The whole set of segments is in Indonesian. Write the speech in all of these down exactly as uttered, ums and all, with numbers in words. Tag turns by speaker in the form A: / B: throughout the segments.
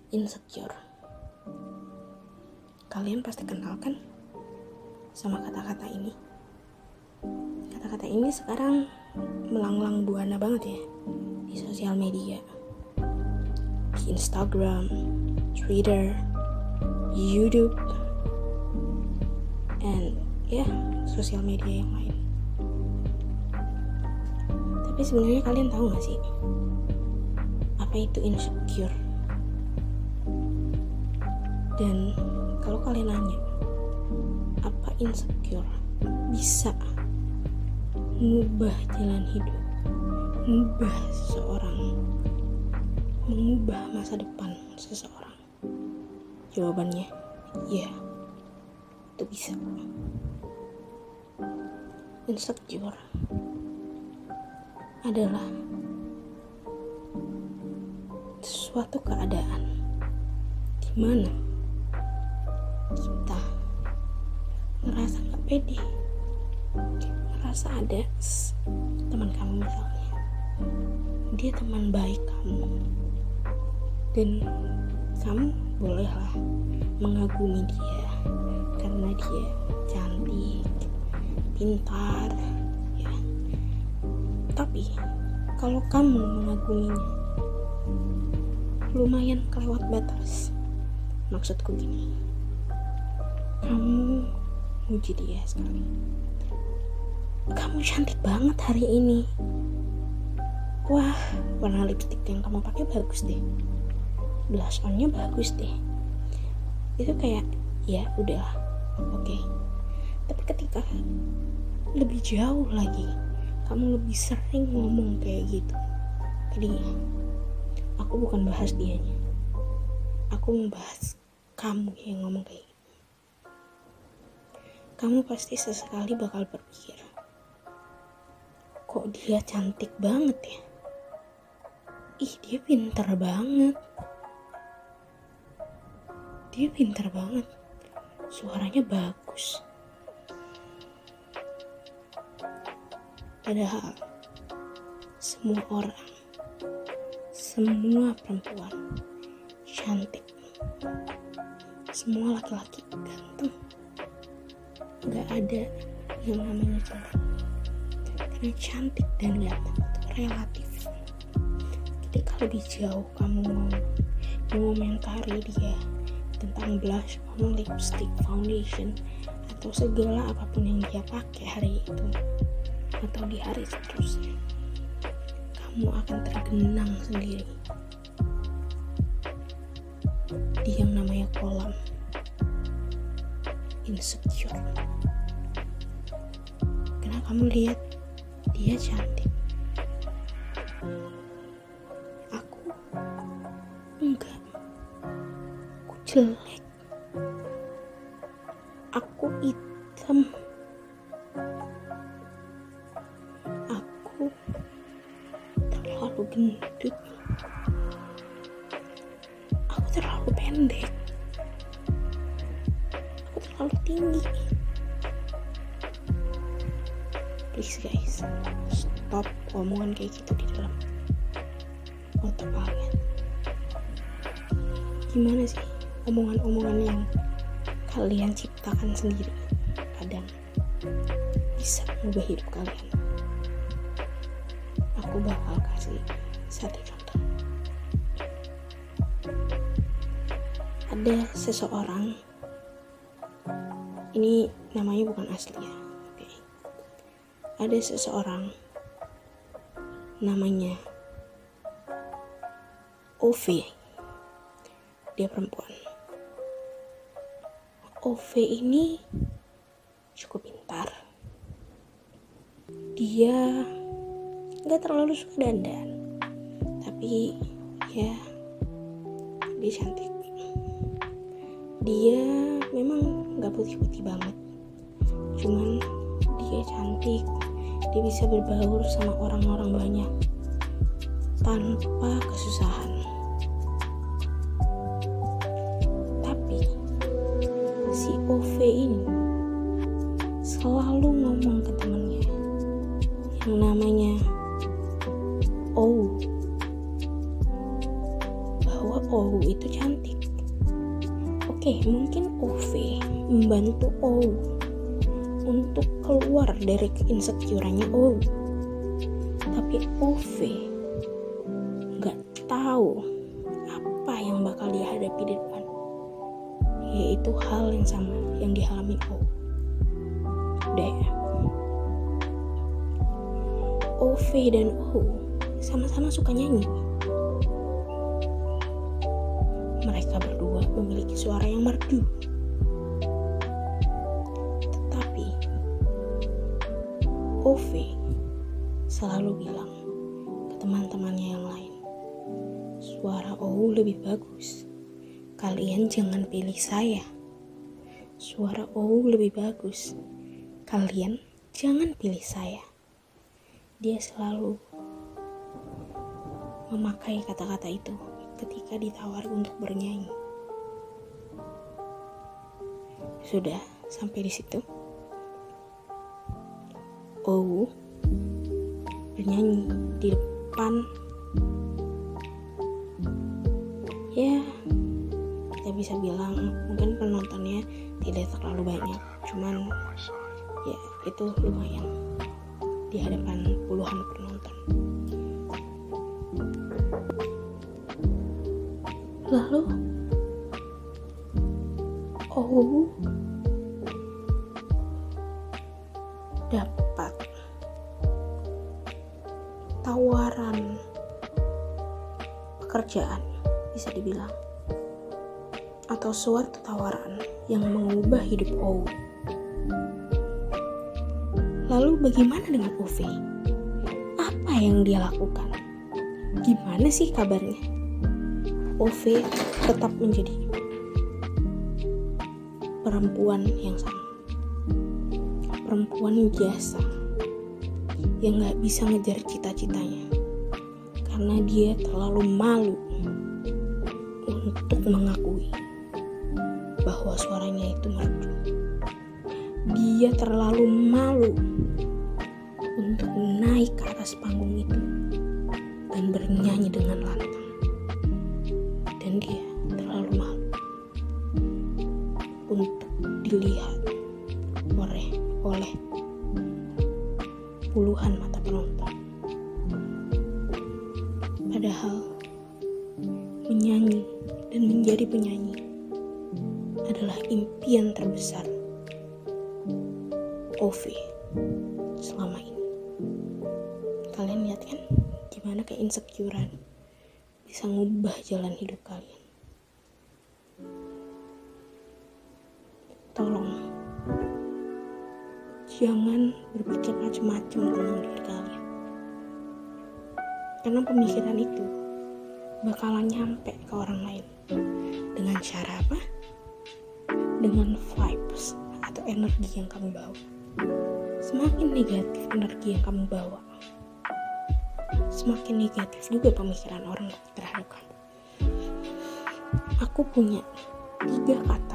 A: insecure. Kalian pasti kenal kan sama kata-kata ini. Kata-kata ini sekarang melanglang buana banget ya di sosial media, di Instagram, Twitter, YouTube, and ya sosial media yang lain. Tapi sebenarnya kalian tahu gak sih apa itu insecure? Dan kalau kalian nanya apa insecure bisa mengubah jalan hidup, mengubah seseorang, mengubah masa depan seseorang, jawabannya ya, itu bisa. Insecure adalah suatu keadaan di mana kita ngerasa gak pede, ngerasa ada teman kamu misalnya, dia teman baik kamu, dan kamu bolehlah mengagumi dia karena dia cantik, pintar, ya. Tapi kalau kamu mengaguminya lumayan kelewat batas. Maksudku gini, kamu muji dia sekali, kamu cantik banget hari ini, wah warna lipstick yang kamu pakai bagus deh, blush onnya bagus deh. Itu kayak ya udahlah, oke okay. Tapi ketika lebih jauh lagi, kamu lebih sering ngomong kayak gitu ke dia, aku bukan bahas dianya, aku mau bahas kamu yang ngomong kayak gitu. Kamu pasti sesekali bakal berpikir, kok dia cantik banget ya, ih dia pintar banget, dia pintar banget, suaranya bagus. Padahal semua orang, semua perempuan cantik, semua laki-laki ganteng. Gak ada yang namanya jelek, karena cantik dan ganteng itu relatif. Ketika lebih jauh kamu mau mengomentari dia tentang blush on, lipstick, foundation, atau segala apapun yang dia pakai hari itu atau di hari seterusnya, kamu akan tergenang sendiri di yang namanya kolam insecure. Karena kamu lihat dia cantik, aku enggak, aku jelek, aku hitam, aku terlalu gendut, aku terlalu pendek, aku terlalu tinggi. Please guys, stop omongan kayak gitu di dalam otak kalian. Gimana sih omongan-omongan yang kalian ciptakan sendiri kadang bisa mengubah hidup kalian? Aku bakal kasih satu contoh. Ada seseorang, ini namanya bukan asli ya, oke. Ada seseorang namanya O V, dia perempuan. O V ini cukup pintar, dia gak terlalu suka dandan, tapi ya dia cantik. Dia memang gak putih-putih banget, cuman dia cantik. Dia bisa berbaur sama orang-orang banyak tanpa kesusahan. Tapi si O V ini selalu ngomong ke temannya yang namanya O, bahwa bahwa O itu cantik. Oke, mungkin O V membantu O untuk keluar dari keinsecurannya O. Tapi O V gak tahu apa yang bakal dihadapi di depan, yaitu hal yang sama yang dialami O. Udah ya. O V dan O sama-sama suka nyanyi. Mereka berdua memiliki suara yang merdu. Tetapi O V selalu bilang ke teman-temannya yang lain, suara O lebih bagus. Kalian jangan pilih saya. Suara O lebih bagus. Kalian jangan pilih saya. Dia selalu memakai kata-kata itu ketika ditawari untuk bernyanyi. Sudah sampai di situ. O bernyanyi di depan, ya kita bisa bilang mungkin penontonnya tidak terlalu banyak, cuman ya itu lumayan di hadapan puluhan penonton. Lalu O dapat tawaran pekerjaan, bisa dibilang, atau suatu tawaran yang mengubah hidup O. Lalu bagaimana dengan O V? Apa yang dia lakukan? Gimana sih kabarnya? O V tetap menjadi perempuan yang sama, perempuan jasa yang gak bisa ngejar cita-citanya karena dia terlalu malu untuk mengakui bahwa suaranya itu merdu. Dia terlalu malu untuk naik ke atas panggung itu dan bernyanyi dengan lantang. Dan dia terlalu malu untuk dilihat oleh oleh puluhan mata penonton. Padahal menyanyi dan menjadi penyanyi adalah impian terbesar O V selama ini. Kalian lihat kan gimana keinsecurean bisa ngubah jalan hidup kalian. Tolong jangan berpikir macam-macam tentang diri kalian, karena pemikiran itu bakalan nyampe ke orang lain. Dengan cara apa? Dengan vibes atau energi yang kamu bawa. Semakin negatif energi yang kamu bawa, semakin negatif juga pemikiran orang terhadap kamu. Aku punya tiga kata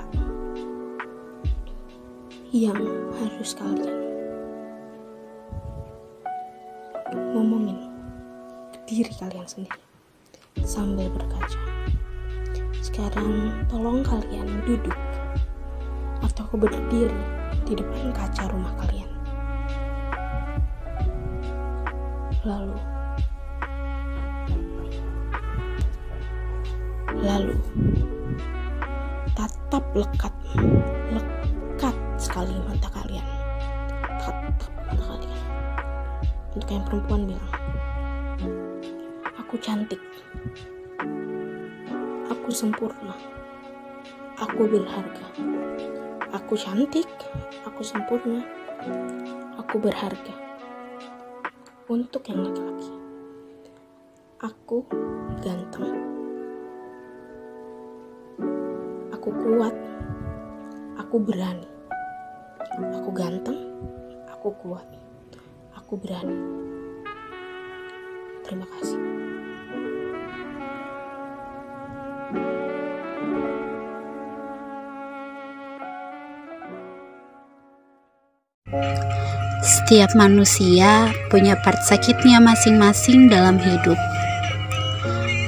A: yang harus kalian ngomongin ke diri kalian sendiri sambil berkaca. Sekarang tolong kalian duduk atau berdiri di depan kaca rumah kalian. Lalu Lalu tatap lekat Lekat sekali mata kalian. Tatap mata kalian. Untuk yang perempuan bilang, aku cantik, aku sempurna, aku berharga. Aku cantik, aku sempurna, aku berharga. Untuk yang laki-laki, aku ganteng, aku kuat, aku berani. Aku ganteng, aku kuat, aku berani. Terima kasih.
B: Setiap manusia punya part sakitnya masing-masing dalam hidup.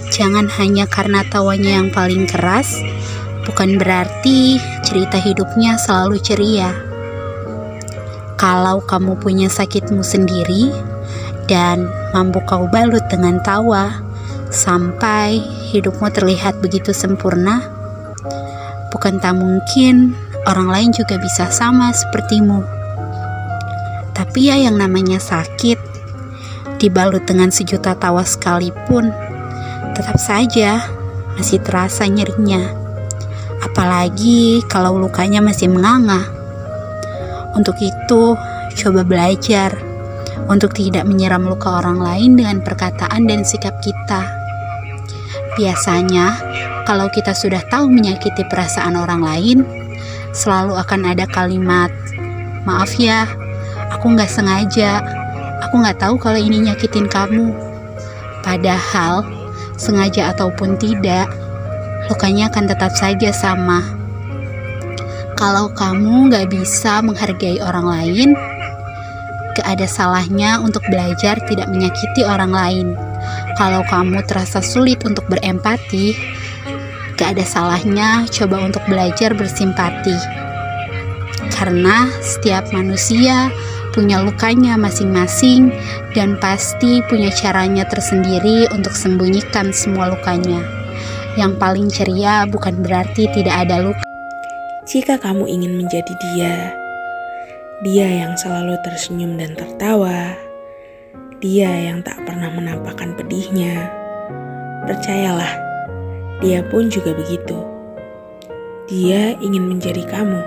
B: jangan hanya karena tawanya yang paling keras, bukan berarti cerita hidupnya selalu ceria. Kalau kamu punya sakitmu sendiri dan mampu kau balut dengan tawa sampai hidupmu terlihat begitu sempurna, bukan tak mungkin orang lain juga bisa sama sepertimu. Tapi ya yang namanya sakit, dibalut dengan sejuta tawa sekalipun, tetap saja masih terasa nyerinya. Apalagi kalau lukanya masih menganga. Untuk itu, coba belajar untuk tidak menyiram luka orang lain dengan perkataan dan sikap kita. Biasanya, kalau kita sudah tahu menyakiti perasaan orang lain, selalu akan ada kalimat, "Maaf ya, aku gak sengaja, aku gak tahu kalau ini nyakitin kamu." Padahal, sengaja ataupun tidak, lukanya akan tetap saja sama. Kalau kamu gak bisa menghargai orang lain, gak ada salahnya untuk belajar tidak menyakiti orang lain. Kalau kamu terasa sulit untuk berempati, gak ada salahnya coba untuk belajar bersimpati. Karena setiap manusia punya lukanya masing-masing dan pasti punya caranya tersendiri untuk sembunyikan semua lukanya. Yang paling ceria bukan berarti tidak ada luka.
A: Jika kamu ingin menjadi dia, dia yang selalu tersenyum dan tertawa, dia yang tak pernah menampakkan pedihnya, percayalah, dia pun juga begitu. Dia ingin menjadi kamu.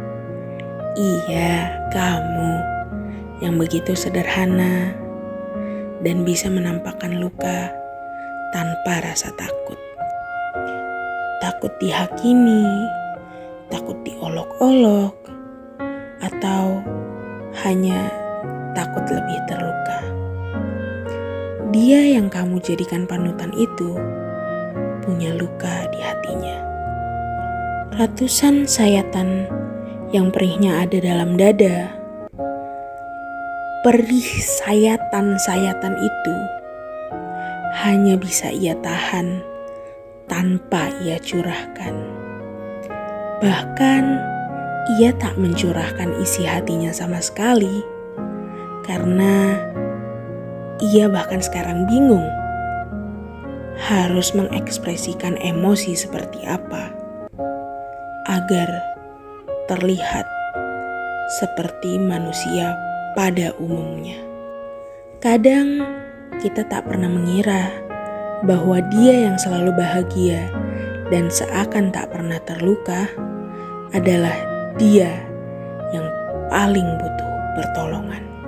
A: Iya, kamu yang begitu sederhana dan bisa menampakkan luka tanpa rasa takut. Takut dihakimi, takut diolok-olok, atau hanya takut lebih terluka. Dia yang kamu jadikan panutan itu punya luka di hatinya. Ratusan sayatan yang perihnya ada dalam dada. Perih sayatan-sayatan itu hanya bisa ia tahan tanpa ia curahkan. Bahkan ia tak mencurahkan isi hatinya sama sekali, karena ia bahkan sekarang bingung harus mengekspresikan emosi seperti apa agar terlihat seperti manusia pada umumnya. Kadang kita tak pernah mengira bahwa dia yang selalu bahagia dan seakan tak pernah terluka adalah dia yang paling butuh pertolongan.